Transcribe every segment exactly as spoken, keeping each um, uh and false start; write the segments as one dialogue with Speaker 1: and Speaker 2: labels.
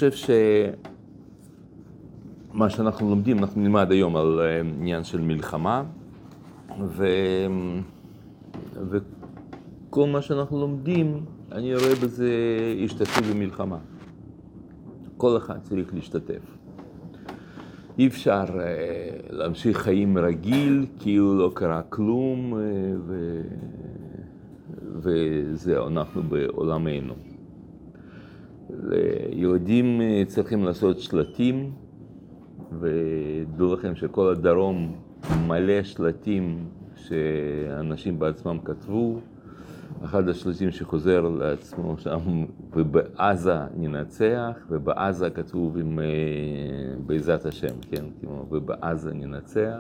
Speaker 1: חושב שמה שאנחנו לומדים, אנחנו נלמד היום על עניין של מלחמה, ו... וכל מה שאנחנו לומדים, אני רואה בזה השתתפות במלחמה. כל אחד צריך להשתתף. אי אפשר להמשיך חיים רגיל, כאילו לא קרה כלום, ו... וזהו, אנחנו בעולמנו. ילדים צריכים לעשות שלטים, ודעו לכם שכל הדרום מלא שלטים שאנשים בעצמם כתבו. אחד השלטים שחוזר לעצמו שם, ובעזה ננצח, ובעזה כתוב עם בעזרת השם, כן? כמו ובעזה ננצח.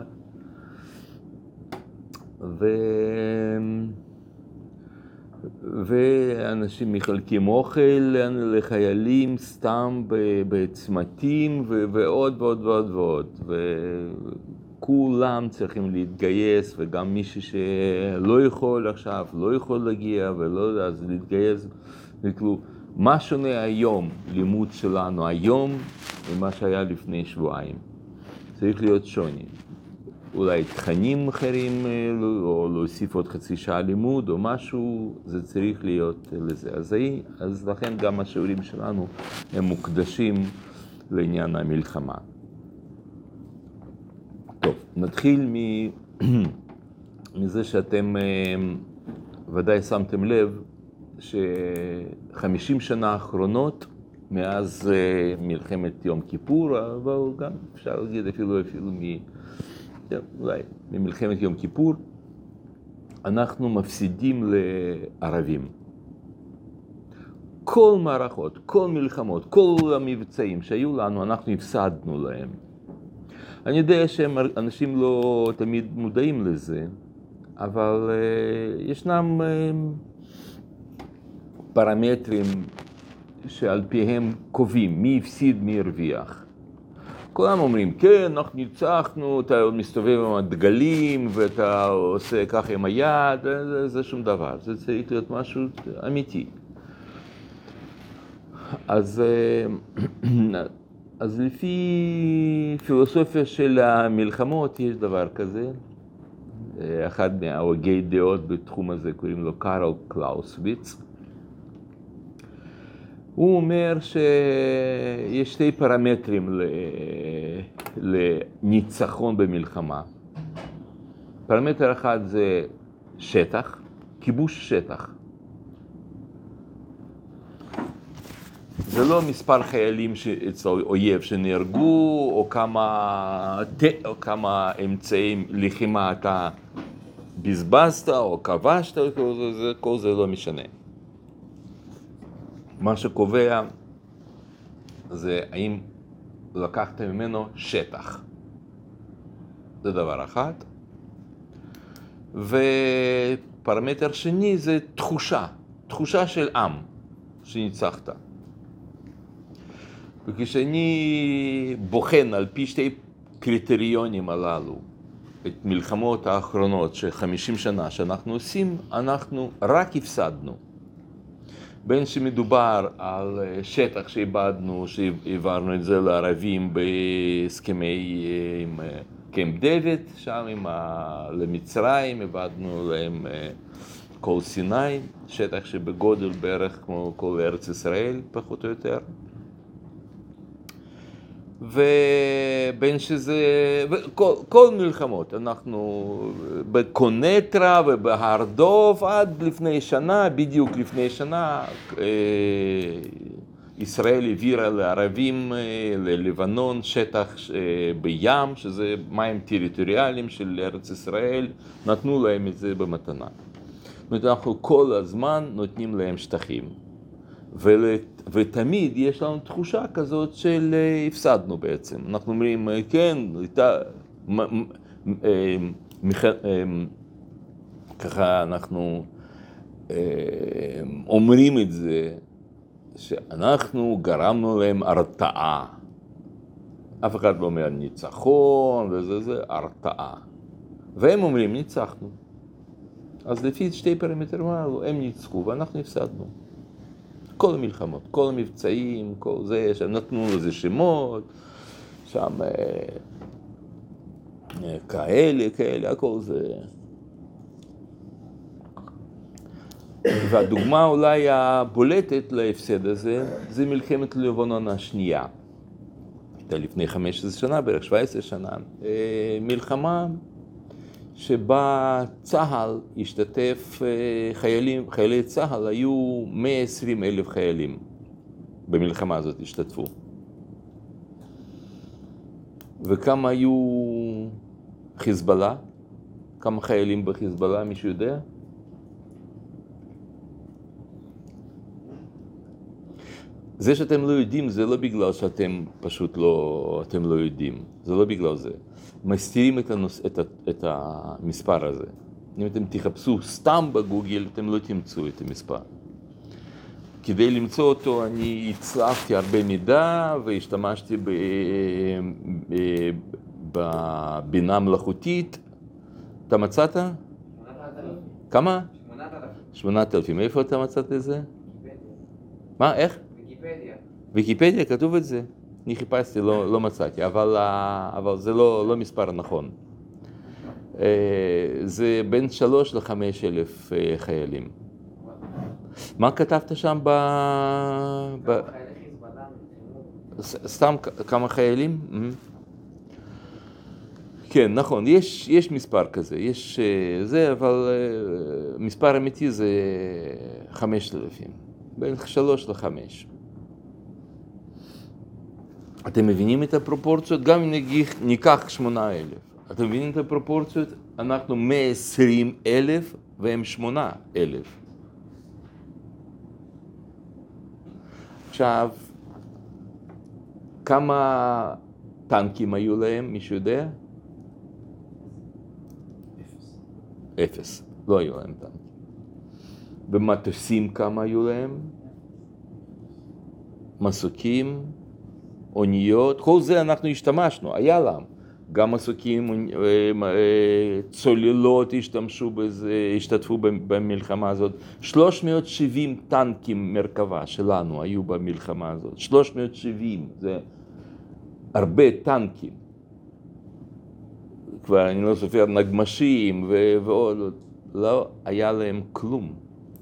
Speaker 1: ו... ואנשים מחלקים אוכל לחיילים סתם בצמתים ועוד ועוד ועוד ועוד. וכולם צריכים להתגייס, וגם מישהו שלא יכול עכשיו, לא יכול להגיע ולא יודע, אז להתגייס. וכלו, מה שונה היום, לימוד שלנו היום, ממה שהיה לפני שבועיים? צריך להיות שוני. אולי תכנים אחרים, או להוסיף עוד חצי שעה לימוד, או משהו, זה צריך להיות לזה. אז, אז לכן גם השיעורים שלנו הם מוקדשים לעניין המלחמה. טוב, נתחיל מזה שאתם ודאי שמתם לב, שחמישים שנה האחרונות, מאז מלחמת יום כיפור, אבל גם אפשר להגיד אפילו אפילו מ... אולי ממלחמת יום כיפור, אנחנו מפסידים לערבים. כל מערכות, כל מלחמות, כל המבצעים שהיו לנו, אנחנו הפסדנו להם. אני יודע שאנשים לא תמיד מודעים לזה, אבל uh, ישנם uh, פרמטרים שעל פיהם קובעים מי הפסיד, מי הרוויח. כולם אומרים, כן, אנחנו ניצחנו, אתה מסתובב עם הדגלים ואתה עושה ככה עם היד, זה, זה שום דבר, זה צריך להיות משהו אמיתי. אז, אז לפי פילוסופיה של המלחמות יש דבר כזה. אחד מההוגי דעות בתחום הזה קוראים לו קארל קלאוסוויץ. הוא אומר שיש שתי פרמטרים לניצחון במלחמה. פרמטר אחד זה שטח, כיבוש שטח. זה לא מספר חיילים אצל אויב שנהרגו, או כמה, או כמה אמצעים לחימה אתה בזבזת או כבשת, כל זה לא משנה. מה שקובע זה האם לקחת ממנו שטח. זה דבר אחד. ופרמטר שני זה תחושה, תחושה של עם שניצחת. וכשאני בוחן על פי שתי קריטריונים הללו את מלחמות האחרונות של חמישים שנה שאנחנו עושים, אנחנו רק הפסדנו. בין שמדובר על שטח שאיבדנו, שהעברנו את זה לערבים בהסכמי עם קמפ דיוויד, שם עם ה... למצרים, איבדנו להם כל סיני, שטח שבגודל בערך כמו כל ארץ ישראל, פחות או יותר. ובין שזה, וכל, כל מלחמות, אנחנו בקונטרה ובהר דוב עד לפני שנה, בדיוק לפני שנה, ישראל העבירה לערבים ללבנון שטח בים, שזה מים טריטוריאליים של ארץ ישראל, נתנו להם את זה במתנה. זאת אומרת, אנחנו כל הזמן נותנים להם שטחים. ות, ותמיד יש לנו תחושה כזאת של הפסדנו בעצם. אנחנו אומרים, כן, איתה, ככה אנחנו אומרים את זה, שאנחנו גרמנו להם הרתעה. אף אחד לא אומר ניצחון וזה, זה הרתעה. והם אומרים, ניצחנו. אז לפי שתי פרמטרים האלו, הם ניצחו ואנחנו הפסדנו. כל המלחמות, כל המבצעים, כל זה, שהם נתנו לזה שמות, שם כאלה, כאלה, הכל זה. והדוגמה אולי הבולטת להפסד הזה, זה מלחמת לבנון השנייה. הייתה לפני חמש עשרה שנה, בערך שבע עשרה שנה. מלחמה שבה צה"ל השתתף, חיילים, חיילי צה"ל היו מאה ועשרים אלף חיילים במלחמה הזאת השתתפו. וכמה היו חיזבאללה? כמה חיילים בחיזבאללה, מישהו יודע? זה שאתם לא יודעים, זה לא בגלל שאתם פשוט לא, אתם לא יודעים. זה לא בגלל זה. מסתירים את, הנוס, את, את המספר הזה. אם אתם תחפשו סתם בגוגל, אתם לא תמצאו את המספר. כדי למצוא אותו, אני הצלפתי הרבה מידע והשתמשתי ב, ב, בבינה מלאכותית. אתה מצאת? שמונת אלפים. כמה? שמונת אלפים. שמונת אלפים. איפה אתה מצאת את זה? מה? איך? ויקיפדיה. ויקיפדיה, כתוב את זה. אני חיפשתי, לא, לא מצאתי, אבל, אבל זה לא, לא מספר נכון. זה בין שלוש לחמש אלף חיילים. מה כתבת שם ב... ב... סתם כמה חיילים? כן, נכון, יש, יש מספר כזה, יש זה, אבל מספר אמיתי זה חמשת אלפים, בין שלוש לחמש. אתם מבינים את הפרופורציות? גם אם ניקח שמונה אלף. אתם מבינים את הפרופורציות? אנחנו מאה ועשרים אלף והם שמונה אלף. עכשיו, כמה טנקים היו להם, מישהו יודע? אפס. אפס. לא היו להם טנקים. במטוסים כמה היו להם? מסוקים, אוניות, כל זה אנחנו השתמשנו, היה להם. גם מסוקים, צוללות השתמשו בזה, השתתפו במלחמה הזאת. שלוש מאות שבעים טנקים מרכבה שלנו היו במלחמה הזאת. שלוש מאות שבעים, זה הרבה טנקים. כבר אני לא סופר נגמשים ועוד, לא היה להם כלום.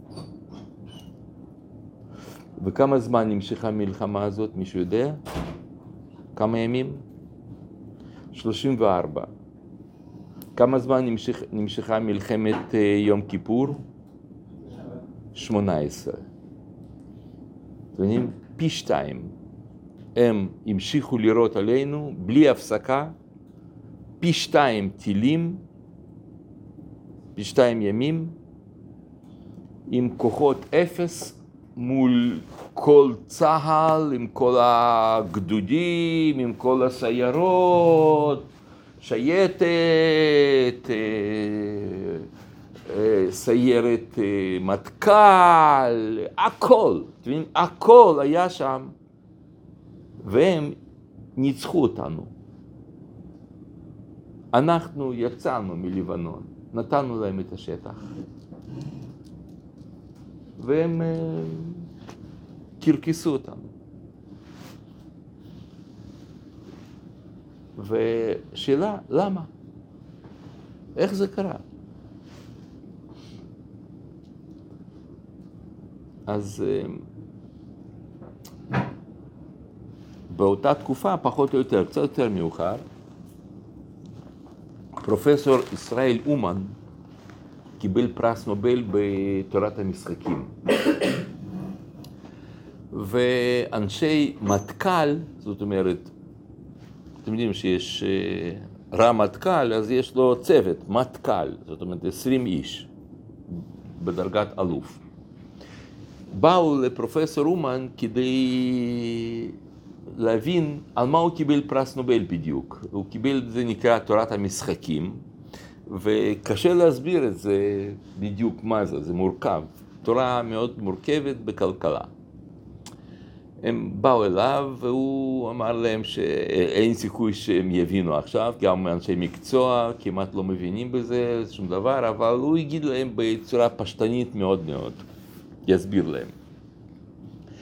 Speaker 1: וכמה זמן נמשכה המלחמה הזאת, מישהו יודע? כמה ימים? שלושים וארבע. כמה זמן נמשך, נמשכה מלחמת יום כיפור? שמונה עשרה. אתם יודעים? פי שתיים. הם המשיכו לירות עלינו בלי הפסקה, פי שתיים טילים, פי שתיים ימים, עם כוחות אפס, מול כל צהל, עם כל הגדודים, עם כל הסיירות, שייטת, סיירת מטכ"ל, הכל, הכל היה שם, והם ניצחו אותנו. אנחנו יצאנו מלבנון, נתנו להם את השטח. והם קרקסו אותנו. ושאלה, למה? איך זה קרה? אז באותה תקופה, פחות או יותר, קצת יותר מאוחר, פרופסור ישראל אומן קיבל פרס נובל בתורת המשחקים. ואנשי מטכ"ל, זאת אומרת, אתם יודעים שיש רמטכ"ל, אז יש לו צוות, מטכ"ל, זאת אומרת עשרים איש, בדרגת אלוף. באו לפרופסור אומן כדי להבין על מה הוא קיבל פרס נובל בדיוק. הוא קיבל, זה נקרא תורת המשחקים, וקשה להסביר את זה בדיוק מה זה, זה מורכב. תורה מאוד מורכבת בכלכלה. הם באו אליו והוא אמר להם שאין סיכוי שהם יבינו עכשיו, גם אנשי מקצוע כמעט לא מבינים בזה, שום דבר, אבל הוא יגיד להם בצורה פשטנית מאוד מאוד, יסביר להם.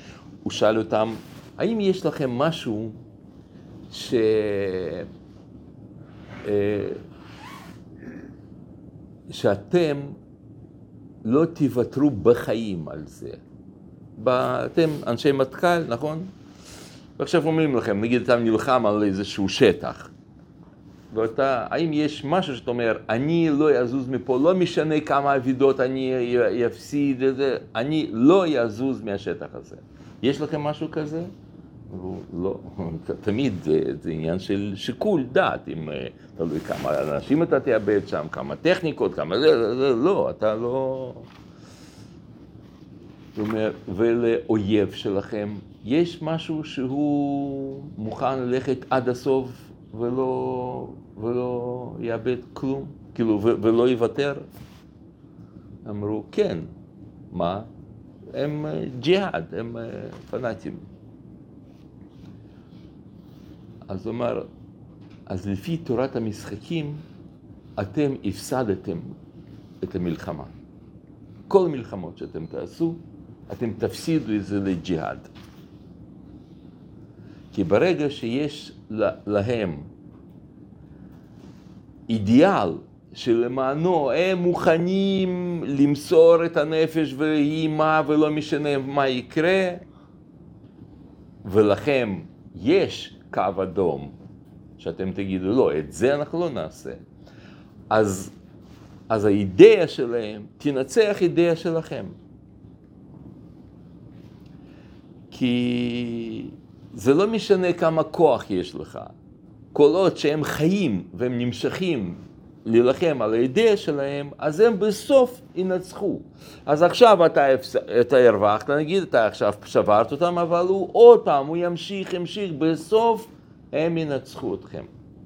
Speaker 1: הוא שאל אותם, האם יש לכם משהו ש... שאתם לא תוותרו בחיים על זה? אתם אנשי מטכ"ל, נכון? ועכשיו אומרים לכם, נגיד אתה נלחם על איזשהו שטח, ואתה, האם יש משהו שאתה אומר, אני לא אזוז מפה, לא משנה כמה עבידות אני יפסיד, אני לא אזוז מהשטח הזה. יש לכם משהו כזה? לא, תמיד זה, זה עניין של שיקול דעת, אם תלוי כמה אנשים אתה תאבד שם, כמה טכניקות, כמה זה, זה, לא, אתה לא... זאת אומרת, ולאויב שלכם, יש משהו שהוא מוכן ללכת עד הסוף ולא, ולא יאבד כלום, כאילו, ו- ולא יוותר? אמרו, כן. מה? הם ג'יהאד, הם פנאטים. אז הוא אמר, אז לפי תורת המשחקים, אתם הפסדתם את המלחמה. כל מלחמות שאתם תעשו, אתם תפסידו את זה לג'יהאד. כי ברגע שיש להם אידיאל שלמענו הם מוכנים למסור את הנפש ויהי מה ולא משנה מה יקרה, ולכם יש קו אדום שאתם תגידו, לא, את זה אנחנו לא נעשה. אז, אז האידאה שלהם תנצח אידאה שלכם. כי זה לא משנה כמה כוח יש לך. כל עוד שהם חיים והם נמשכים להילחם על האידאה שלהם, אז הם בסוף ינצחו. אז עכשיו אתה, אתה הרווחת, נגיד, אתה עכשיו שברת אותם, אבל הוא עוד פעם, הוא ימשיך, ימשיך, בסוף הם ינצחו אתכם.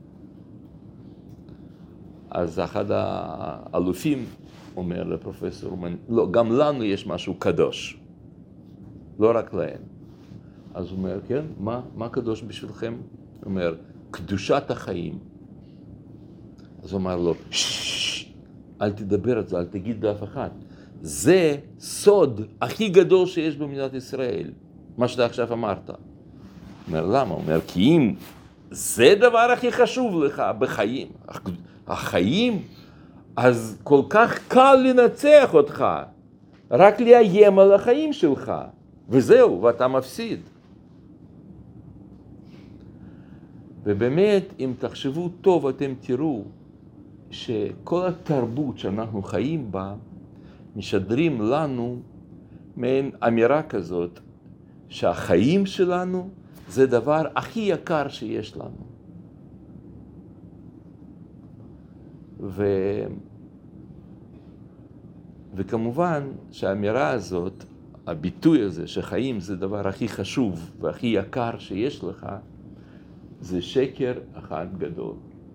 Speaker 1: אז אחד האלופים אומר לפרופסור, לא, גם לנו יש משהו קדוש, לא רק להם. אז הוא אומר, כן, מה, מה קדוש בשבילכם? הוא אומר, קדושת החיים. אז הוא אמר לו, ששש, אל תדבר את זה, אל תגיד לאף אחד. זה סוד הכי גדול שיש במדינת ישראל, מה שאתה עכשיו אמרת. הוא אומר, למה? הוא אומר, כי אם זה דבר הכי חשוב לך בחיים, החיים, אז כל כך קל לנצח אותך, רק לאיים על החיים שלך, וזהו, ואתה מפסיד. ובאמת, אם תחשבו טוב, אתם תראו שכל התרבות שאנחנו חיים בה, משדרים לנו מעין אמירה כזאת, שהחיים שלנו זה דבר הכי יקר שיש לנו. ו... וכמובן שהאמירה הזאת, הביטוי הזה שחיים זה דבר הכי חשוב והכי יקר שיש לך, זה שקר אחד גדול.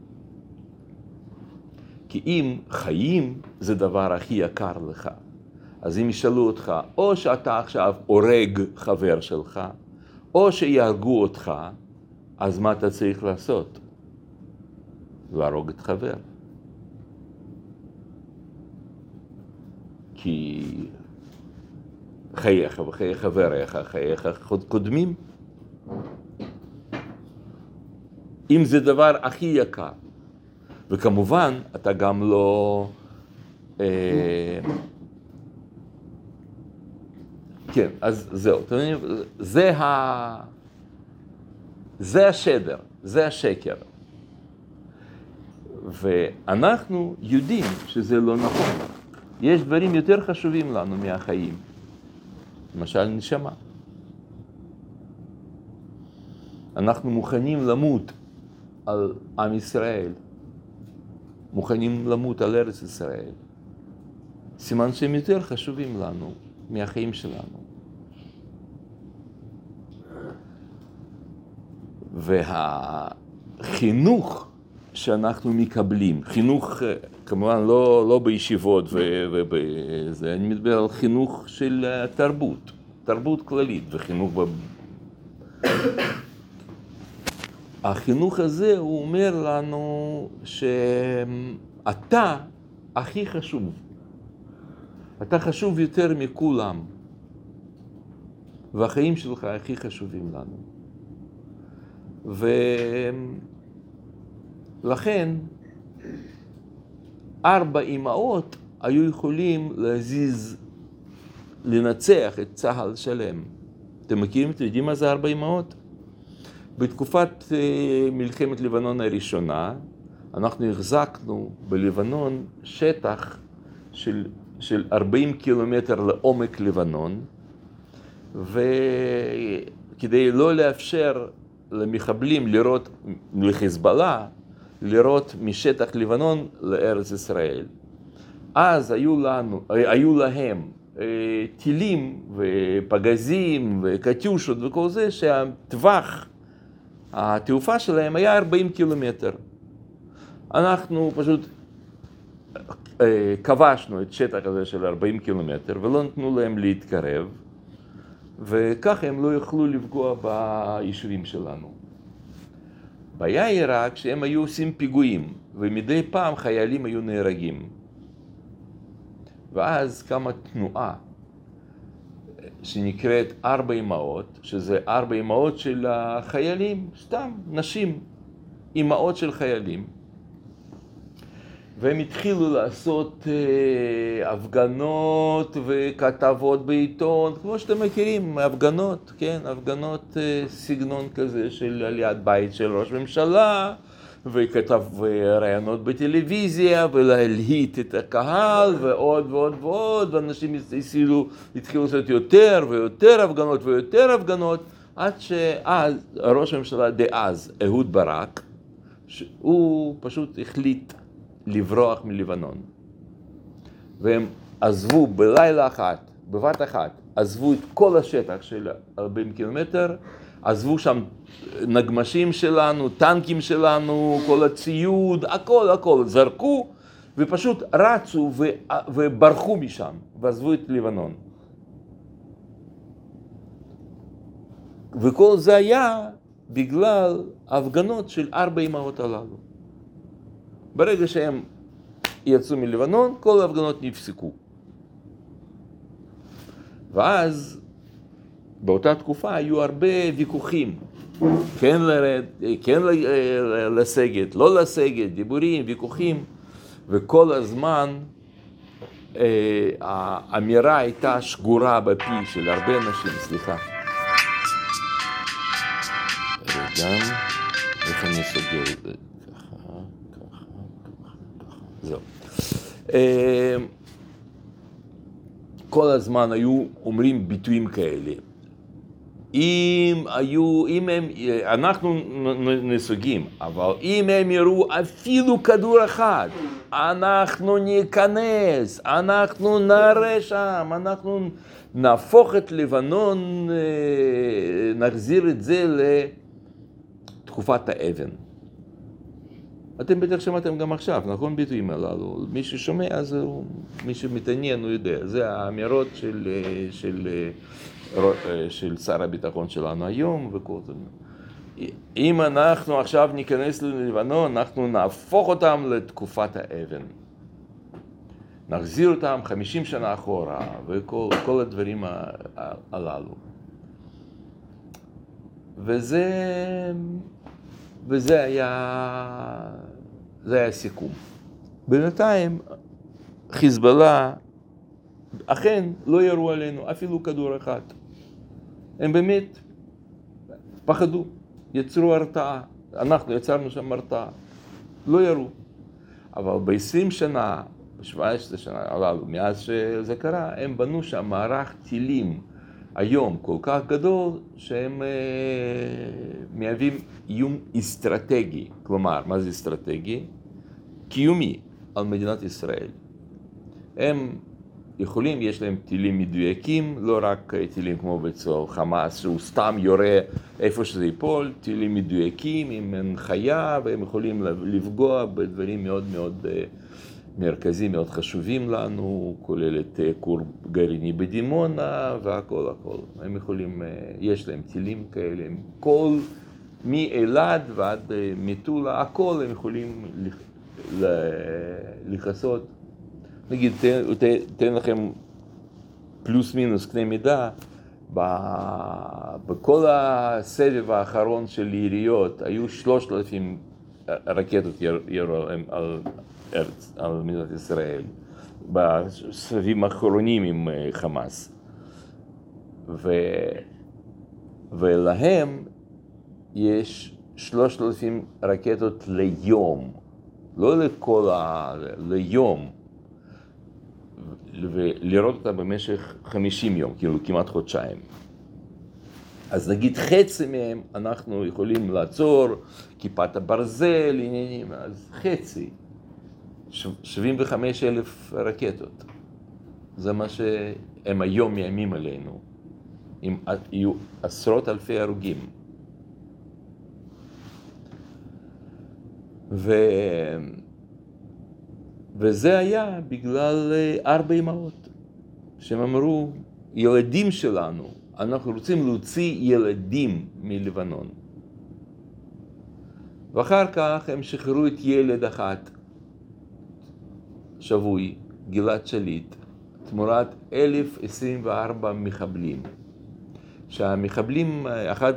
Speaker 1: כי אם חיים זה דבר הכי יקר לך, אז אם ישאלו אותך, או שאתה עכשיו הורג חבר שלך, או שיהרגו אותך, אז מה אתה צריך לעשות? להרוג את חבר. כי חייך וחיי חבריך, חייך קודמים. אם זה דבר הכי יקר. וכמובן, אתה גם לא... אה, כן, אז זהו. זה, ה... זה השדר, זה השקר. ואנחנו יודעים שזה לא נכון. יש דברים יותר חשובים לנו מהחיים. למשל, נשמה. אנחנו מוכנים למות על עם ישראל. מוכנים למות על ארץ ישראל. סימן שהם יותר חשובים לנו מהחיים שלנו. והחינוך שאנחנו מקבלים, חינוך כמובן לא, לא בישיבות ובזה, אני מדבר על חינוך של תרבות, תרבות כללית וחינוך ב... החינוך הזה הוא אומר לנו שאתה הכי חשוב. אתה חשוב יותר מכולם. והחיים שלך הכי חשובים לנו. ולכן, ארבע אמהות היו יכולים להזיז, לנצח את צהל שלם. אתם מכירים, אתם יודעים מה זה ארבע אמהות? בתקופת מלחמת לבנון הראשונה, אנחנו החזקנו בלבנון שטח של, של ארבעים קילומטר לעומק לבנון, וכדי לא לאפשר למחבלים לראות, לחיזבאללה, לראות משטח לבנון לארץ ישראל. אז היו לנו, היו להם טילים ופגזים וקטיושות וכל זה, שהטווח, התעופה שלהם היה ארבעים קילומטר. אנחנו פשוט כבשנו את שטח הזה של ארבעים קילומטר ולא נתנו להם להתקרב, וככה הם לא יוכלו לפגוע ביישובים שלנו. הבעיה היא רק שהם היו עושים פיגועים, ומדי פעם חיילים היו נהרגים. ואז קמה תנועה שנקראת ארבע אמהות, שזה ארבע אמהות של החיילים, סתם נשים, אמהות של חיילים. והם התחילו לעשות אה, הפגנות וכתבות בעיתון, כמו שאתם מכירים, הפגנות, כן, הפגנות אה, סגנון כזה של עליית בית של ראש ממשלה, וכתב רעיונות בטלוויזיה, ולהלהיט את הקהל, ועוד ועוד ועוד, ואנשים התחילו, התחילו לעשות יותר ויותר הפגנות ויותר הפגנות, עד שאז ראש הממשלה דאז, אהוד ברק, הוא פשוט החליט לברוח מלבנון. והם עזבו בלילה אחת, בבת אחת, עזבו את כל השטח של ארבעים קילומטר, עזבו שם נגמשים שלנו, טנקים שלנו, כל הציוד, הכל, הכל, זרקו, ופשוט רצו ו... וברחו משם, ועזבו את לבנון. וכל זה היה בגלל ההפגנות של ארבע אמהות הללו. ברגע שהם יצאו מלבנון, כל ההפגנות נפסקו. ואז, באותה תקופה היו הרבה ויכוחים. כן לרד, כן לסגת, לא לסגת, דיבורים, ויכוחים. וכל הזמן האמירה הייתה שגורה בפי של הרבה אנשים, סליחה. רגע, איך אני סוגר את זה? זהו. כל הזמן היו אומרים ביטויים כאלה. אם היו, אם הם, אנחנו נסוגים, אבל אם הם יראו אפילו כדור אחד, אנחנו ניכנס, אנחנו נראה שם, אנחנו נהפוך את לבנון, נחזיר את זה לתקופת האבן. אתם בטח שמעתם גם עכשיו, נכון? ביטויים הללו. מי ששומע, אז הוא, מי שמתעניין, הוא יודע. זה האמירות של, של, של שר הביטחון שלנו היום וכל זה. אם אנחנו עכשיו ניכנס ללבנון, אנחנו נהפוך אותם לתקופת האבן. נחזיר אותם חמישים שנה אחורה, וכל כל הדברים הללו. וזה... וזה היה, זה היה סיכום. בינתיים, חיזבאללה, אכן לא ירו עלינו אפילו כדור אחד. הם באמת פחדו, יצרו הרתעה. אנחנו יצרנו שם הרתעה. לא ירו. אבל ב-עשרים שנה, ב-שבע עשרה שנה, מאז שזה קרה, הם בנו שם מערך טילים. היום כל כך גדול שהם אה, מהווים איום אסטרטגי. כלומר, מה זה אסטרטגי? קיומי על מדינת ישראל. הם יכולים, יש להם טילים מדויקים, לא רק טילים כמו בצור חמאס, שהוא סתם יורה איפה שזה ייפול, טילים מדויקים עם הנחיה, והם יכולים לפגוע בדברים מאוד מאוד אה, מרכזיים, מאוד חשובים לנו, כולל את כור גרעיני בדימונה והכל הכל. הם יכולים, יש להם טילים כאלה, הם כל, מאילת ועד מטולה, הכל הם יכולים לכסות. נגיד, תן לכם פלוס מינוס קנה מידה, בכל הסבב האחרון של יריות היו שלושת אלפים רקטות ירו על ארץ, על מדינת ישראל, בסבבים האחרונים עם חמאס. ו... ולהם יש שלושת אלפים רקטות ליום, לא לכל ה... ליום, ולראות אותה במשך חמישים יום, כאילו כמעט חודשיים. אז נגיד חצי מהם אנחנו יכולים לעצור, כיפת הברזל, עניינים, אז חצי, שבעים וחמישה אלף רקטות. זה מה שהם היום מאיימים עלינו, אם יהיו עשרות אלפי הרוגים. ו... וזה היה בגלל ארבע אמהות, שהם אמרו, ילדים שלנו, אנחנו רוצים להוציא ילדים מלבנון. ואחר כך הם שחררו את ילד אחת, שבוי, גלעד שליט, תמורת אלף עשרים וארבע מחבלים. שהמחבלים, אחד,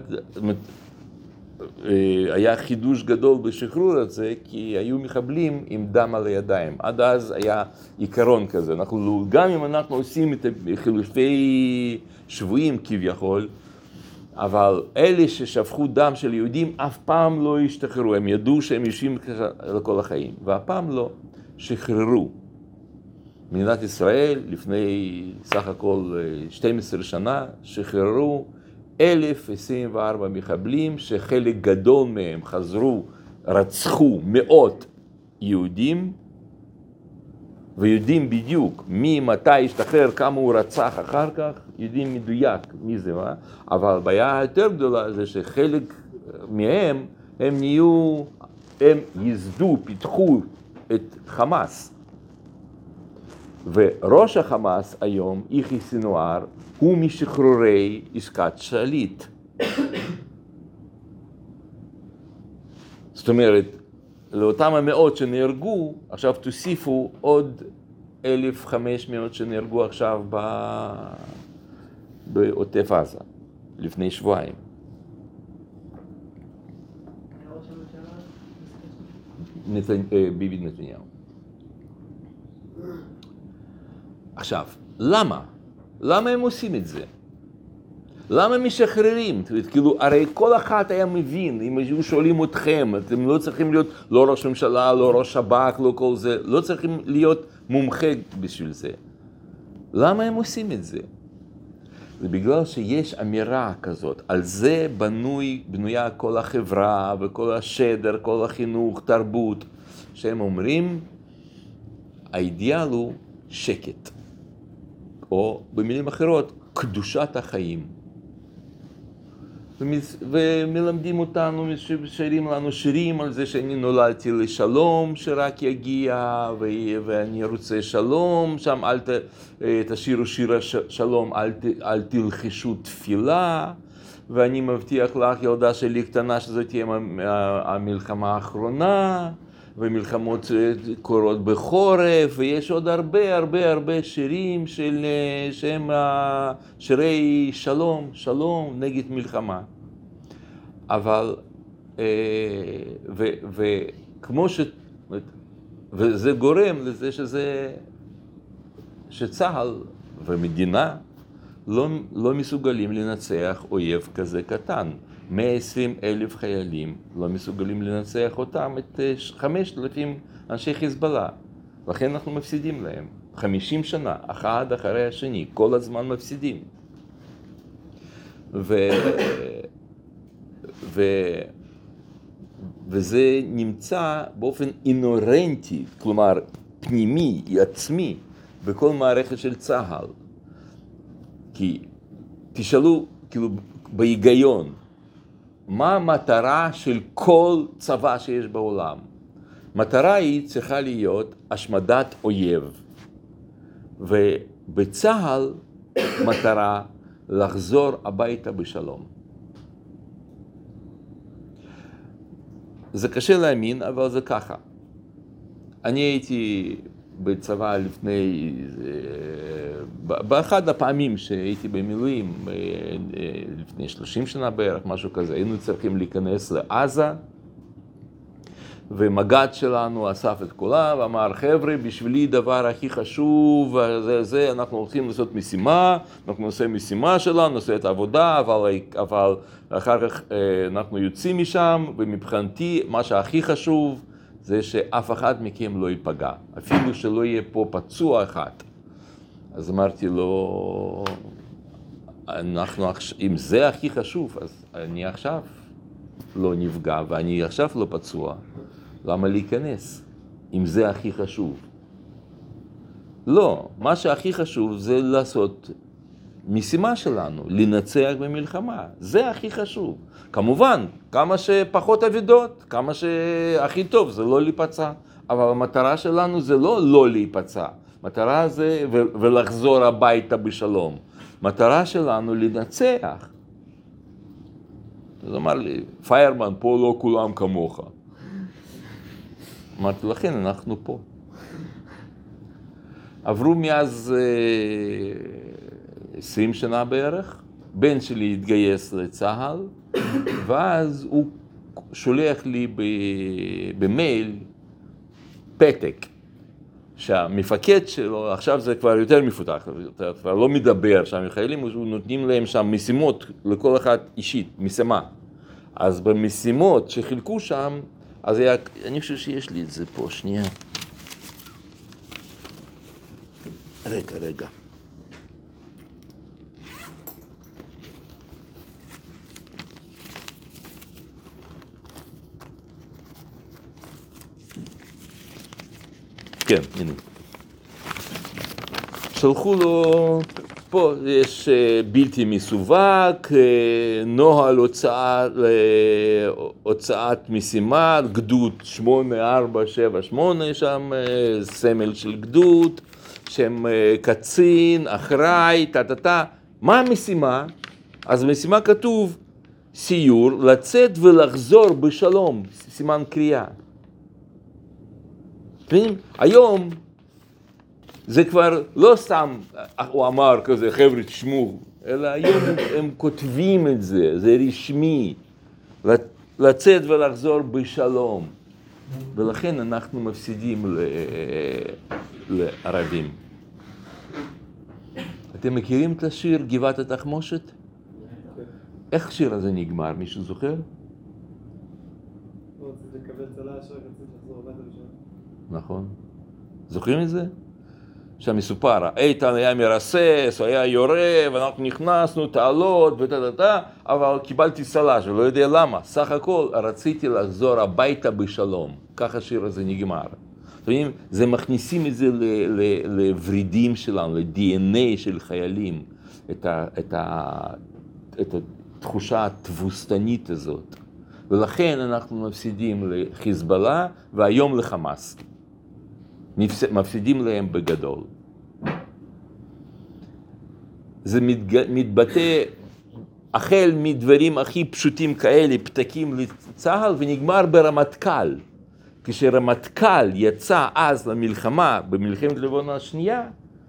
Speaker 1: היה חידוש גדול בשחרור הזה, כי היו מחבלים עם דם על הידיים. עד אז היה עיקרון כזה. אנחנו, גם אם אנחנו עושים את חילופי שבויים כביכול, אבל אלה ששפכו דם של יהודים אף פעם לא השתחררו. הם ידעו שהם יושבים לכל החיים, והפעם לא. שחררו. מדינת ישראל, לפני סך הכל שתים עשרה שנה, שחררו אלף עשרים וארבע מחבלים, שחלק גדול מהם חזרו, רצחו מאות יהודים, ויודעים בדיוק מי, מתי השתחרר, כמה הוא רצח אחר כך, יודעים מדויק מי זה מה, אבל הבעיה היותר גדולה זה שחלק מהם, הם נהיו, הם יזדו, פיתחו את חמאס. וראש החמאס היום, יחיא סנואר, הוא משחרורי עסקת שליט. זאת אומרת, לאותם המאות שנהרגו, עכשיו תוסיפו עוד אלף וחמש מאות שנהרגו עכשיו ב... בעוטף עזה, לפני שבועיים. נת... ביבי נתניהו. עכשיו, למה? למה הם עושים את זה? למה הם משחררים? כאילו, הרי כל אחד היה מבין, אם היו שואלים אתכם, אתם לא צריכים להיות לא ראש ממשלה, לא ראש שב"כ, לא כל זה, לא צריכים להיות מומחה בשביל זה. למה הם עושים את זה? זה בגלל שיש אמירה כזאת, על זה בנוי, בנויה כל החברה וכל השדר, כל החינוך, תרבות, שהם אומרים, האידיאל הוא שקט. או במילים אחרות, קדושת החיים. ומלמדים אותנו, שרים לנו שירים על זה שאני נולדתי לשלום, שרק יגיע, ואני רוצה שלום, שם אל תשירו שיר השלום, אל, אל תלחשו תפילה, ואני מבטיח לך, ילדה שלי קטנה, שזאת תהיה המלחמה האחרונה, ומלחמות קורות בחורף, ויש עוד הרבה הרבה הרבה שירים של, שהם שירי שלום, שלום נגד מלחמה. אבל, ו, וכמו ש... וזה גורם לזה שזה, שצה"ל ומדינה לא, לא מסוגלים לנצח אויב כזה קטן. מאה ועשרים אלף חיילים לא מסוגלים לנצח אותם, את חמשת אלפים אנשי חיזבאללה. לכן אנחנו מפסידים להם. חמישים שנה, אחד אחרי השני, כל הזמן מפסידים. ו... ו... וזה נמצא באופן אינהרנטי, כלומר פנימי, עצמי, בכל מערכת של צה"ל. כי תשאלו, כאילו, בהיגיון, מה המטרה של כל צבא שיש בעולם? מטרה היא צריכה להיות השמדת אויב. ובצה"ל מטרה לחזור הביתה בשלום. זה קשה להאמין, אבל זה ככה. אני הייתי בצבא לפני באחד הפעמים שהייתי במילואים, לפני שלושים שנה בערך, משהו כזה, היינו צריכים להיכנס לעזה, ומג"ד שלנו אסף את כולם ואמר, חבר'ה, בשבילי דבר הכי חשוב, זה, זה, אנחנו הולכים לעשות משימה, אנחנו נעשה משימה שלנו, נעשה את העבודה, אבל, אבל אחר כך אנחנו יוצאים משם, ומבחינתי מה שהכי חשוב זה שאף אחד מכם לא ייפגע, אפילו שלא יהיה פה פצוע אחד. אז אמרתי לו, אנחנו, אם זה הכי חשוב, אז אני עכשיו לא נפגע ואני עכשיו לא פצוע. למה להיכנס, אם זה הכי חשוב? לא, מה שהכי חשוב זה לעשות משימה שלנו, לנצח במלחמה. זה הכי חשוב. כמובן, כמה שפחות עבודות, כמה שהכי טוב, זה לא להיפצע. אבל המטרה שלנו זה לא לא להיפצע. מטרה זה ו- ולחזור הביתה בשלום. מטרה שלנו לנצח. אז אמר לי, פיירמן, פה לא כולם כמוך. אמרתי, לכן אנחנו פה. עברו מאז עשרים שנה בערך, בן שלי התגייס לצה"ל, ואז הוא שולח לי במייל פתק, שהמפקד שלו, עכשיו זה כבר יותר מפותח, כבר לא מדבר שם, חיילים נותנים להם שם משימות לכל אחד אישית, משימה. אז במשימות שחילקו שם, אז היה, אני חושב שיש לי את זה פה, שנייה. רגע, רגע. כן, הנה. שלחו לו, פה יש בלתי מסווג, נוהל הוצאה, הוצאת משימה, גדוד שמונה ארבע שבע שמונה, שם סמל של גדוד, שם קצין, אחראי, טה-טה-טה. מה המשימה? אז במשימה כתוב סיור, לצאת ולחזור בשלום, סימן קריאה. היום זה כבר לא סתם, הוא אמר כזה, חבר'ה תשמעו, אלא היום הם כותבים את זה, זה רשמי, לצאת ולחזור בשלום. ולכן אנחנו מפסידים לערבים. אתם מכירים את השיר גבעת התחמושת? איך השיר הזה נגמר? מישהו זוכר? נכון. זוכרים את זה? שם מסופר, איתן היה מרסס, הוא היה יורה, ואנחנו נכנסנו, תעלות ותתתה, אבל קיבלתי סלש, ולא יודע למה. סך הכל רציתי לחזור הביתה בשלום. ככה השיר הזה נגמר. זה מכניסים את זה לוורידים שלנו, ל-די אן איי של חיילים, את, ה, את, ה, את התחושה התבוסתנית הזאת. ולכן אנחנו מפסידים לחיזבאללה והיום לחמאס. מפסידים להם בגדול. זה מתבטא החל מדברים הכי פשוטים כאלה, פתקים לצה"ל, ונגמר ברמטכ"ל. כשרמטכ"ל יצא אז למלחמה, במלחמת לבנון השנייה,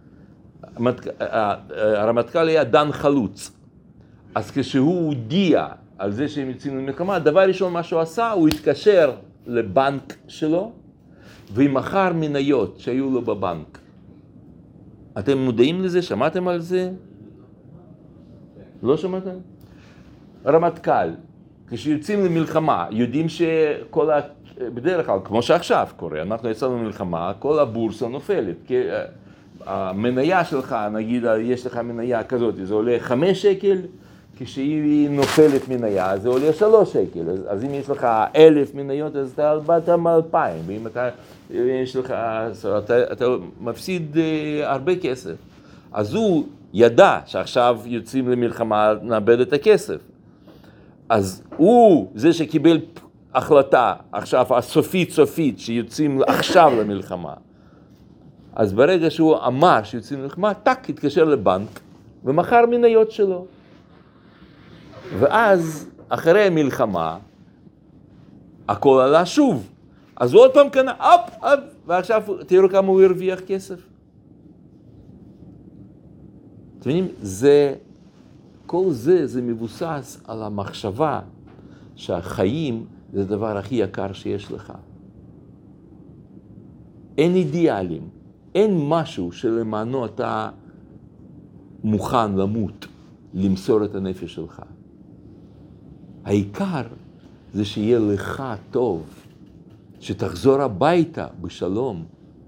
Speaker 1: הרמטכ"ל היה דן חלוץ. אז כשהוא הודיע על זה שהם יוצאים למלחמה, הדבר ראשון מה שהוא עשה, הוא התקשר לבנק שלו, ומכר מניות שהיו לו בבנק. אתם מודעים לזה? שמעתם על זה? לא שמעתם? רמטכ"ל, כשיוצאים למלחמה, יודעים שכל ה... בדרך כלל, כמו שעכשיו קורה, אנחנו יצאנו למלחמה, כל הבורסה נופלת. כי המניה שלך, נגיד, יש לך מניה כזאת, זה עולה חמש שקל, כשהיא נופלת מניה, זה עולה שלוש שקל. אז, אז אם יש לך אלף מניות, אז אתה באת מאלפיים, ואם אתה, יש לך, אתה, אתה מפסיד הרבה כסף. אז הוא ידע שעכשיו יוצאים למלחמה, נאבד את הכסף. אז הוא, זה שקיבל החלטה, עכשיו הסופית סופית, שיוצאים עכשיו למלחמה. אז ברגע שהוא אמר שיוצאים למלחמה, טק, התקשר לבנק, ומכר מניות שלו. ואז, אחרי המלחמה, הכל עלה שוב. אז הוא עוד פעם קנה, אפ, אפ, ועכשיו תראו כמה הוא הרוויח כסף. אתם מבינים? זה, כל זה, זה מבוסס על המחשבה שהחיים זה הדבר הכי יקר שיש לך. אין אידיאלים, אין משהו שלמענו אתה מוכן למות, למסור את הנפש שלך. העיקר זה שיהיה לך טוב, שתחזור הביתה בשלום.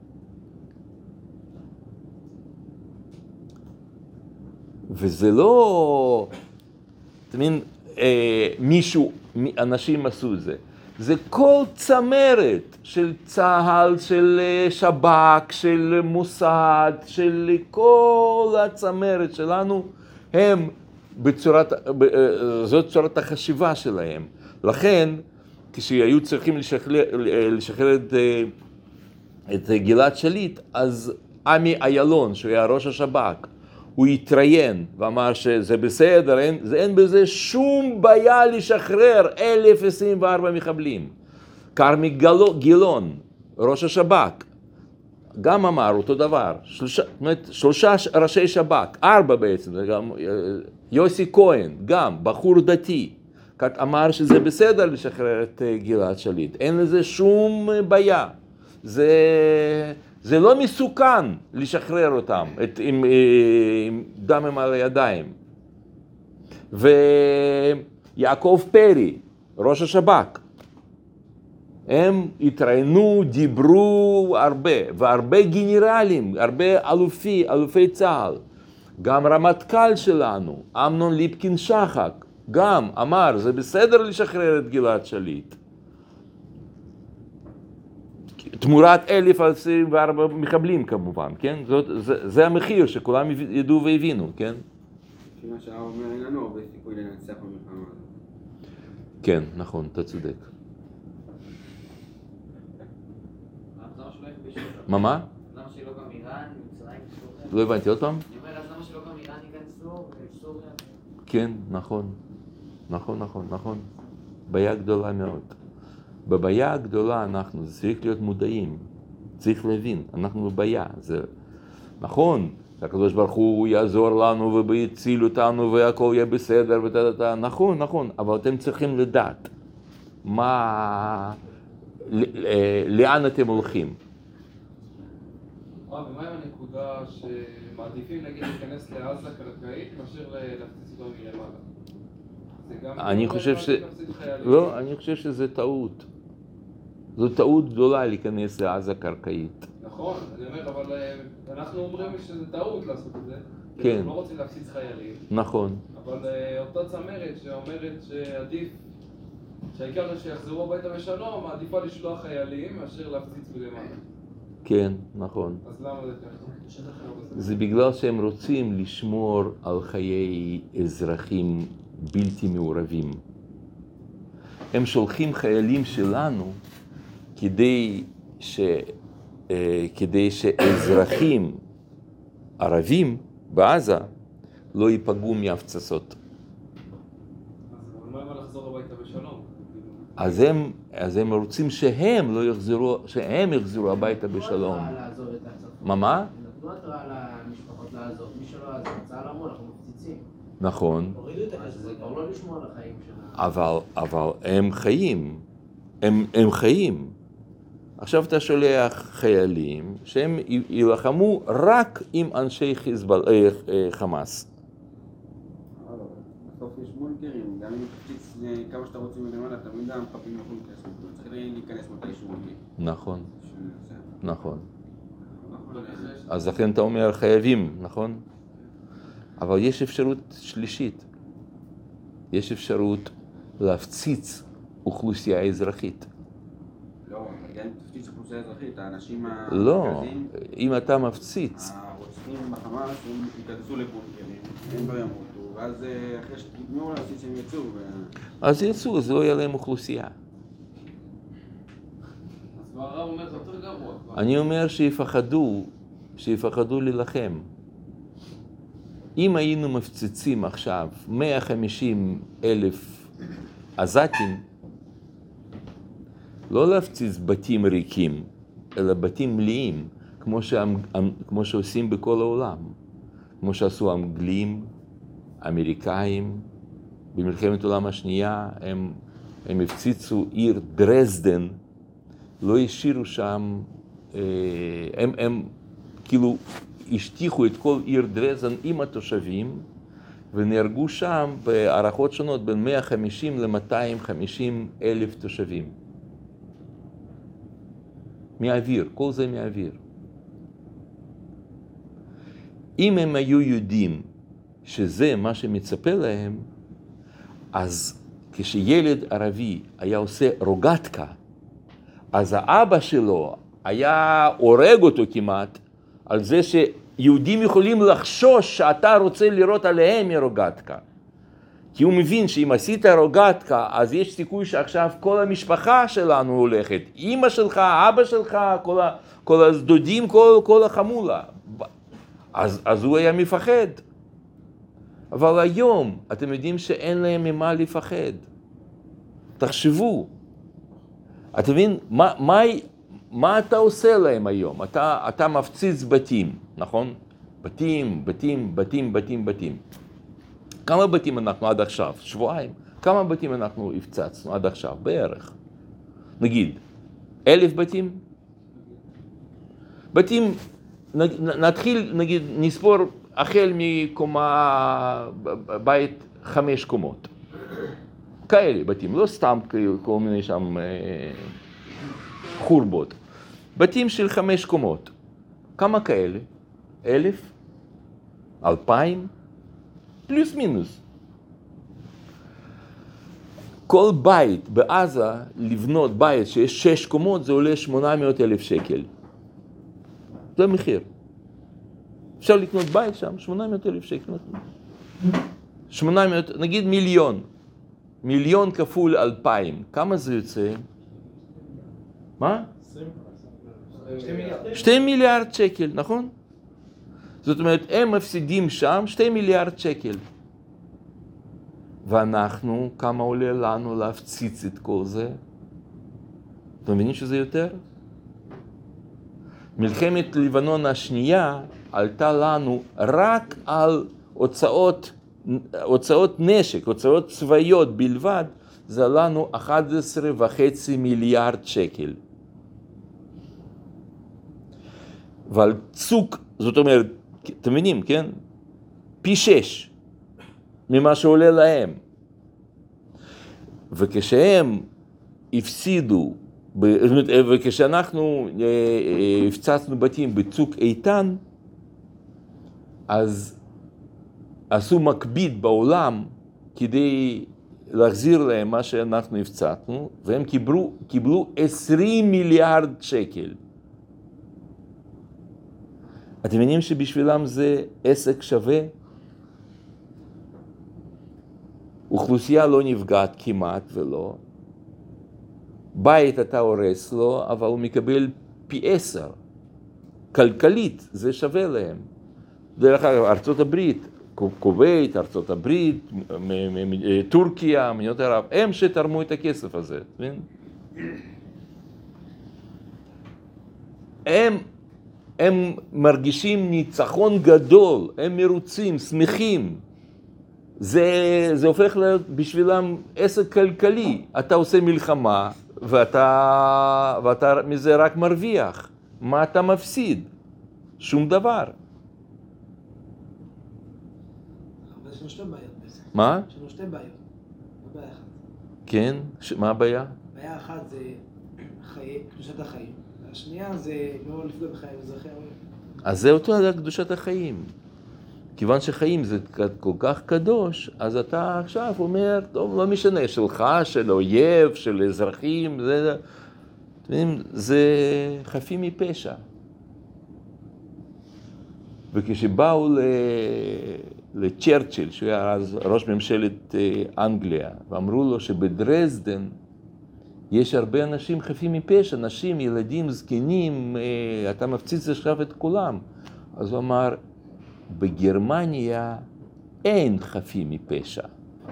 Speaker 1: וזה לא, אתה מבין, אה, מישהו, אנשים עשו את זה. זה כל צמרת של צה"ל, של שב"כ, של מוסד, של כל הצמרת שלנו, הם בצורת, זאת צורת החשיבה שלהם. לכן, כשהיו צריכים לשחרר, לשחרר את, את גלעד שליט, אז עמי איילון, שהוא היה ראש השב"כ, הוא התראיין ואמר שזה בסדר, אין, אין בזה שום בעיה לשחרר אלף עשרים וארבע מחבלים. כרמי גילון, ראש השב"כ, גם אמר אותו דבר. שלושה, שלושה ראשי שב"כ, ארבע בעצם, גם יוסי כהן, גם בחור דתי, אמר שזה בסדר לשחרר את גלעד שליט. אין לזה שום בעיה. זה... זה לא מסוכן לשחרר אותם את, עם, עם דם על הידיים. ויעקב פרי, ראש השב"כ, הם התראיינו, דיברו הרבה, והרבה גנרלים, הרבה אלופי, אלופי צה"ל. גם רמטכ"ל שלנו, אמנון ליפקין שחק, גם אמר, זה בסדר לשחרר את גלעד שליט. תמורת אלף עשרים וארבע מחבלים כמובן, כן? זאת, זה, זה המחיר שכולם ידעו והבינו, כן?
Speaker 2: לפי מה שהרב אומר, אין לנו הרבה סיכוי לנצח במלחמה הזאת.
Speaker 1: כן, נכון, אתה צודק. מה, מה?
Speaker 3: למה שלא גם איראן, מצרים, סוריה?
Speaker 1: לא הבנתי עוד פעם?
Speaker 3: אני אומר, אז למה שלא גם איראן ייכנסו וסוריה?
Speaker 1: כן, נכון. נכון, נכון, נכון. בעיה גדולה מאוד. בבעיה הגדולה אנחנו, זה צריך להיות מודעים, צריך להבין, אנחנו בבעיה, זה נכון, הקדוש ברוך הוא יעזור לנו ויציל אותנו והכל יהיה בסדר ותדעת, נכון, נכון, אבל אתם צריכים לדעת מה, לאן אתם הולכים.
Speaker 4: ומה עם הנקודה שמעדיפים נגיד להיכנס לעזה קרקעית מאשר להפציץ אותו מלמעלה?
Speaker 1: אני חושב ש... לא, אני חושב שזה טעות. זו טעות גדולה להיכנס לעזה קרקעית.
Speaker 4: נכון, אני אומר, אבל אנחנו אומרים שזה טעות לעשות את זה.
Speaker 1: כן.
Speaker 4: אנחנו לא רוצים להפציץ חיילים.
Speaker 1: נכון.
Speaker 4: אבל אותה צמרת שאומרת שעדיף, שהעיקר שיחזרו הביתה בשלום, עדיפה לשלוח חיילים מאשר להפציץ מלמעלה.
Speaker 1: כן, נכון.
Speaker 4: אז למה זה ככה?
Speaker 1: זה בגלל שהם רוצים לשמור על חיי אזרחים בלתי מעורבים. הם שולחים חיילים שלנו כדי, ש, כדי שאזרחים ערבים בעזה לא ייפגעו מהפצצות.
Speaker 4: אז מה אם לחזור הביתה בשלום?
Speaker 1: אז הם, אז הם רוצים שהם לא יחזרו, שהם יחזרו הביתה בשלום. מה מה?
Speaker 3: נתנו התראה למשפחות לעזוב, מי שלא עזב, צה"ל אמרו, אנחנו מפציצים.
Speaker 1: נכון.
Speaker 3: הורידו את הכסף, זה כבר לא לשמור על החיים שלנו.
Speaker 1: אבל, אבל הם חיים, הם, הם חיים. עכשיו אתה שולח חיילים שהם ילחמו רק עם אנשי חיזבאללה, חמאס.
Speaker 2: בסוף יש בונקרים, גם אם תפציץ כמה שאתה רוצים מלמעלה, תמיד המחבלים יכולים להיכנס, צריך להיכנס מתישהו.
Speaker 1: נכון, נכון. אז לכן אתה אומר חייבים, נכון? אבל יש אפשרות שלישית. יש אפשרות להפציץ אוכלוסייה אזרחית.
Speaker 2: לא, גם אם תפציץ אוכלוסייה אזרחית, האנשים
Speaker 1: לא,
Speaker 2: המרכזיים,
Speaker 1: אם אתה מפציץ.
Speaker 2: הרוצחים בחמאס, הם ייכנסו לבונקרים, הם לא ימותו, ואז אחרי שתגמרו להפציץ הם יצאו.
Speaker 1: אז יצאו, אז לא יהיה להם אוכלוסייה.
Speaker 4: אז מה הרב אומר, זה יותר גרוע.
Speaker 1: אני אומר שיפחדו, שיפחדו להילחם. אם היינו מפציצים עכשיו מאה וחמישים אלף עזתים, לא להפציץ בתים ריקים, אלא בתים מלאים, כמו, שה, כמו שעושים בכל העולם. כמו שעשו האנגלים, האמריקאים, במלחמת העולם השנייה, הם, הם הפציצו עיר דרזדן, לא השאירו שם, הם, הם כאילו השטיחו את כל עיר דרזדן עם התושבים, ונהרגו שם בהערכות שונות בין מאה וחמישים ל-מאתיים וחמישים אלף תושבים. מהאוויר, כל זה מהאוויר. אם הם היו יודעים שזה מה שמצפה להם, אז כשילד ערבי היה עושה רוגטקה, אז האבא שלו היה הורג אותו כמעט על זה שיהודים יכולים לחשוש שאתה רוצה לראות עליהם מרוגטקה. כי הוא מבין שאם עשית רוגטקה, אז יש סיכוי שעכשיו כל המשפחה שלנו הולכת. אמא שלך, אבא שלך, כל, ה, כל הדודים, כל, כל החמולה. אז, אז הוא היה מפחד. אבל היום אתם יודעים שאין להם ממה לפחד. תחשבו. אתה מבין, מה, מה, מה אתה עושה להם היום? אתה, אתה מפציץ בתים, נכון? בתים, בתים, בתים, בתים, בתים. כמה בתים אנחנו עד עכשיו? שבועיים. כמה בתים אנחנו הפצצנו עד עכשיו? בערך. נגיד, אלף בתים? בתים, נתחיל, נגיד, נספור החל מקומה, בית חמש קומות. כאלה בתים, לא סתם כל מיני שם חורבות. בתים של חמש קומות. כמה כאלה? אלף? אלפיים? פלוס מינוס. כל בית בעזה, לבנות בית שיש שש קומות, זה עולה שמונה מאות אלף שקל. זה המחיר. אפשר לקנות בית שם, שמונה מאות אלף שקל. שמונה מאות, נגיד מיליון. מיליון כפול אלפיים. כמה זה יוצא? מה? שתי מיליארד שקל, נכון? זאת אומרת, הם מפסידים שם שתי מיליארד שקל. ואנחנו, כמה עולה לנו להפציץ את כל זה? אתם מבינים שזה יותר? מלחמת לבנון השנייה עלתה לנו רק על הוצאות, הוצאות נשק, הוצאות צבאיות בלבד, זה עלה לנו אחד עשר וחצי מיליארד שקל. ועל צוק, זאת אומרת, אתם מבינים, כן? פי שש ממה שעולה להם. וכשהם הפסידו, וכשאנחנו הפצצנו בתים בצוק איתן, אז עשו מקביד בעולם כדי להחזיר להם מה שאנחנו הפצצנו, והם קיבלו, קיבלו עשרים מיליארד שקל. אתם מבינים שבשבילם זה עסק שווה? אוכלוסייה לא נפגעת כמעט ולא. בית אתה הורס לו, אבל הוא מקבל פי עשר. כלכלית זה שווה להם. דרך אגב, ארצות הברית, כווית, ארצות הברית, טורקיה, מדינות ערב, הם שתרמו את הכסף הזה. הם הם מרגישים ניצחון גדול, הם מרוצים, שמחים. זה, זה הופך להיות בשבילם עסק כלכלי. אתה עושה מלחמה ואתה, ואתה מזה רק מרוויח. מה אתה מפסיד? שום דבר.
Speaker 3: אבל יש לנו שתי בעיות בזה.
Speaker 1: מה?
Speaker 3: יש לנו שתי בעיות. מה בעיה אחת?
Speaker 1: כן? ש... מה הבעיה?
Speaker 3: בעיה אחת זה חיי, קדושת החיים. השנייה זה לא לפגוע בחיים אזרחי העולם.
Speaker 1: אז זה אותו על קדושת החיים. כיוון שחיים זה כל כך קדוש, אז אתה עכשיו אומר, טוב, לא משנה, שלך, של אויב, של אזרחים, זה, זה חפים מפשע. וכשבאו לצ'רצ'יל, שהוא היה אז ראש ממשלת אנגליה, ואמרו לו שבדרזדן יש הרבה אנשים חפים מפשע, נשים, ילדים, זקנים, אתה מפציץ עכשיו את כולם. אז הוא אמר, בגרמניה אין חפים מפשע.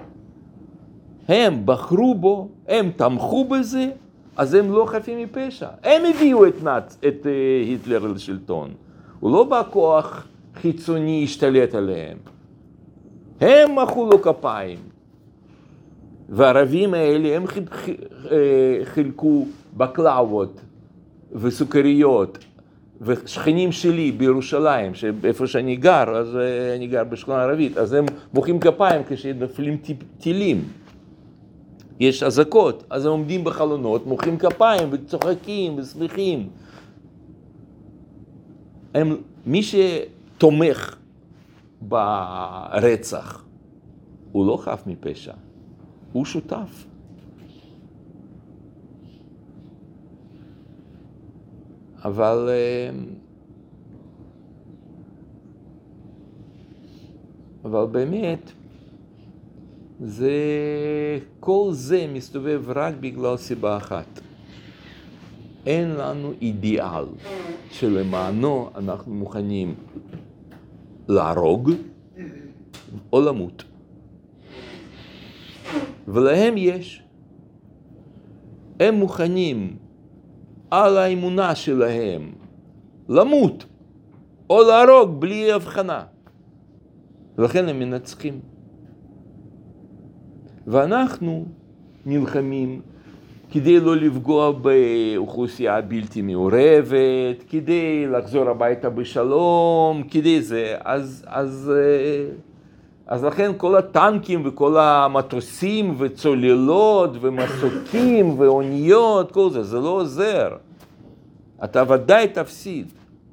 Speaker 1: הם בחרו בו, הם תמכו בזה, אז הם לא חפים מפשע. הם הביאו את, נאצ, את היטלר לשלטון. הוא לא בא כוח חיצוני השתלט עליהם. הם מחאו לו כפיים. והערבים האלה, הם חילקו בקלאוות וסוכריות, ושכנים שלי בירושלים, איפה שאני גר, אז אני גר בשכונה ערבית, אז הם מוחאים כפיים כשנפלים טילים. יש אזעקות, אז הם עומדים בחלונות, מוחאים כפיים וצוחקים ושמחים. הם, מי שתומך ברצח, הוא לא חף מפשע, הוא שותף. אבל אבל באמת זה, כל זה מסתובב רק בגלל סיבה אחת. אין לנו אידיאל שלמענו אנחנו מוכנים להרוג או למות. ולהם יש. הם מוכנים על האמונה שלהם למות או להרוג בלי הבחנה. ולכן הם מנצחים. ואנחנו נלחמים כדי לא לפגוע באוכלוסייה בלתי מעורבת, כדי לחזור הביתה בשלום, כדי זה. אז, אז, אז לכן כל הטנקים וכל המטוסים וצוללות ומסוקים ואוניות, כל זה, זה לא עוזר. אתה ודאי תפסיד.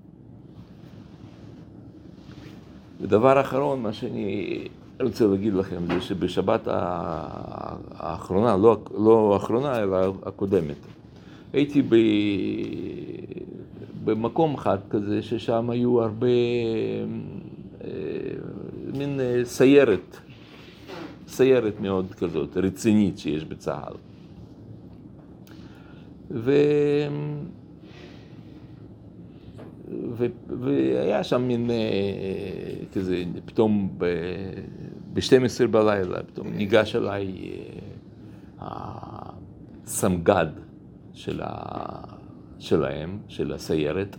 Speaker 1: ודבר אחרון, מה שאני רוצה להגיד לכם, זה שבשבת האחרונה, לא, לא האחרונה, אלא הקודמת, הייתי ב, במקום אחד כזה, ששם היו הרבה, מין סיירת, סיירת מאוד כזאת, רצינית שיש בצה"ל. ו... ו... והיה שם מין כזה, פתאום ב-שתים עשרה בלילה, פתאום ניגש אליי הסמג"ד של ה... שלהם, של הסיירת.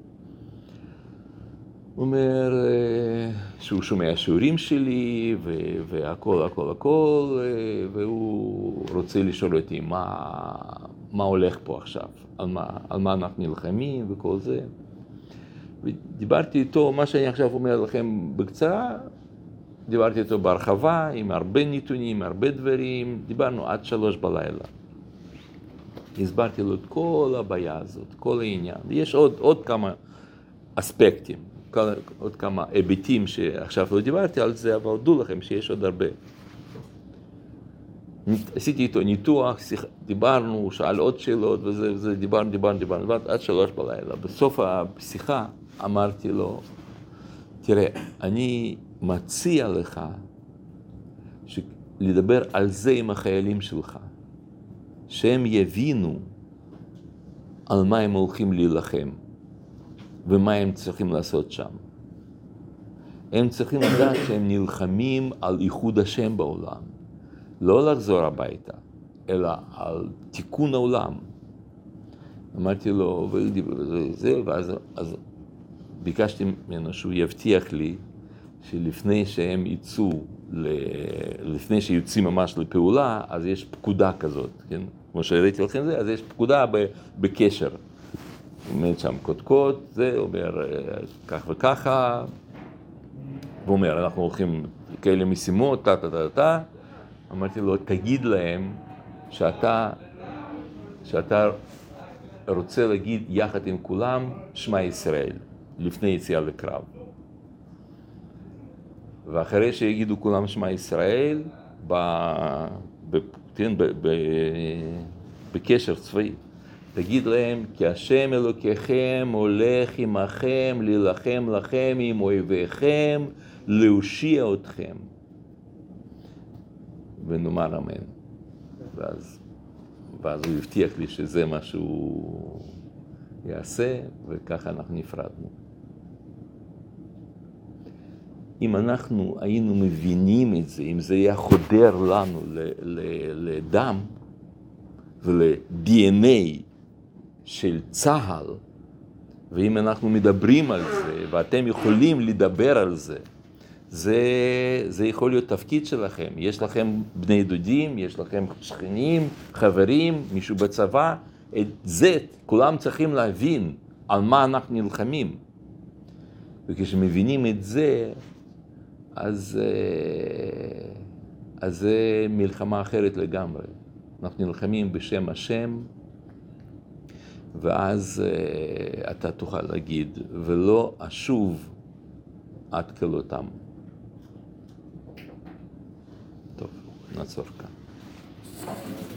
Speaker 1: הוא אומר שהוא שומע שיעורים שלי ו- והכל, הכל, הכל, והוא רוצה לשאול אותי מה, מה הולך פה עכשיו, על מה, על מה אנחנו נלחמים וכל זה. ודיברתי איתו, מה שאני עכשיו אומר לכם בקצרה, דיברתי איתו בהרחבה, עם הרבה נתונים, הרבה דברים, דיברנו עד שלוש בלילה. הסברתי לו את כל הבעיה הזאת, כל העניין. יש עוד, עוד כמה אספקטים. עוד כמה היבטים שעכשיו לא דיברתי על זה, אבל דעו לכם שיש עוד הרבה. עשיתי איתו ניתוח, דיברנו, הוא שאל עוד שאלות וזה, וזה, דיברנו, דיברנו, דיברנו, עד שלוש בלילה. בסוף השיחה אמרתי לו, תראה, אני מציע לך לדבר על זה עם החיילים שלך, שהם יבינו על מה הם הולכים להילחם. ומה הם צריכים לעשות שם. הם צריכים לדעת שהם נלחמים על ייחוד השם בעולם. לא לחזור הביתה, אלא על תיקון העולם. אמרתי לו, וזה, ואז אז ביקשתי ממנו שהוא יבטיח לי, שלפני שהם יצאו, לפני שיוצאים ממש לפעולה, אז יש פקודה כזאת, כן? כמו שהראיתי לכם זה, אז יש פקודה בקשר. הוא עומד שם קודקוד, זה אומר כך וככה, והוא אומר, אנחנו הולכים כאלה משימות, טה טה טה טה. אמרתי לו, תגיד להם שאתה, שאתה רוצה להגיד יחד עם כולם שמע ישראל, לפני יציאה לקרב. ואחרי שיגידו כולם שמע ישראל, ב, ב, כן, ב, ב, בקשר צבאי. תגיד להם, כי השם אלוקיכם הולך עמכם, להילחם לכם עם אויביכם, להושיע אתכם. ונאמר אמן. ואז, ואז הוא הבטיח לי שזה מה שהוא יעשה, וככה אנחנו נפרדנו. אם אנחנו היינו מבינים את זה, אם זה היה חודר לנו לדם ול-די אן איי, של צה"ל, ואם אנחנו מדברים על זה, ואתם יכולים לדבר על זה, זה, זה יכול להיות תפקיד שלכם. יש לכם בני דודים, יש לכם שכנים, חברים, מישהו בצבא. את זה כולם צריכים להבין על מה אנחנו נלחמים. וכשמבינים את זה, אז, אז זה מלחמה אחרת לגמרי. אנחנו נלחמים בשם השם, ואז אתה תוכל להגיד, ולא אשוב עד כלותם. טוב, נעצור כאן.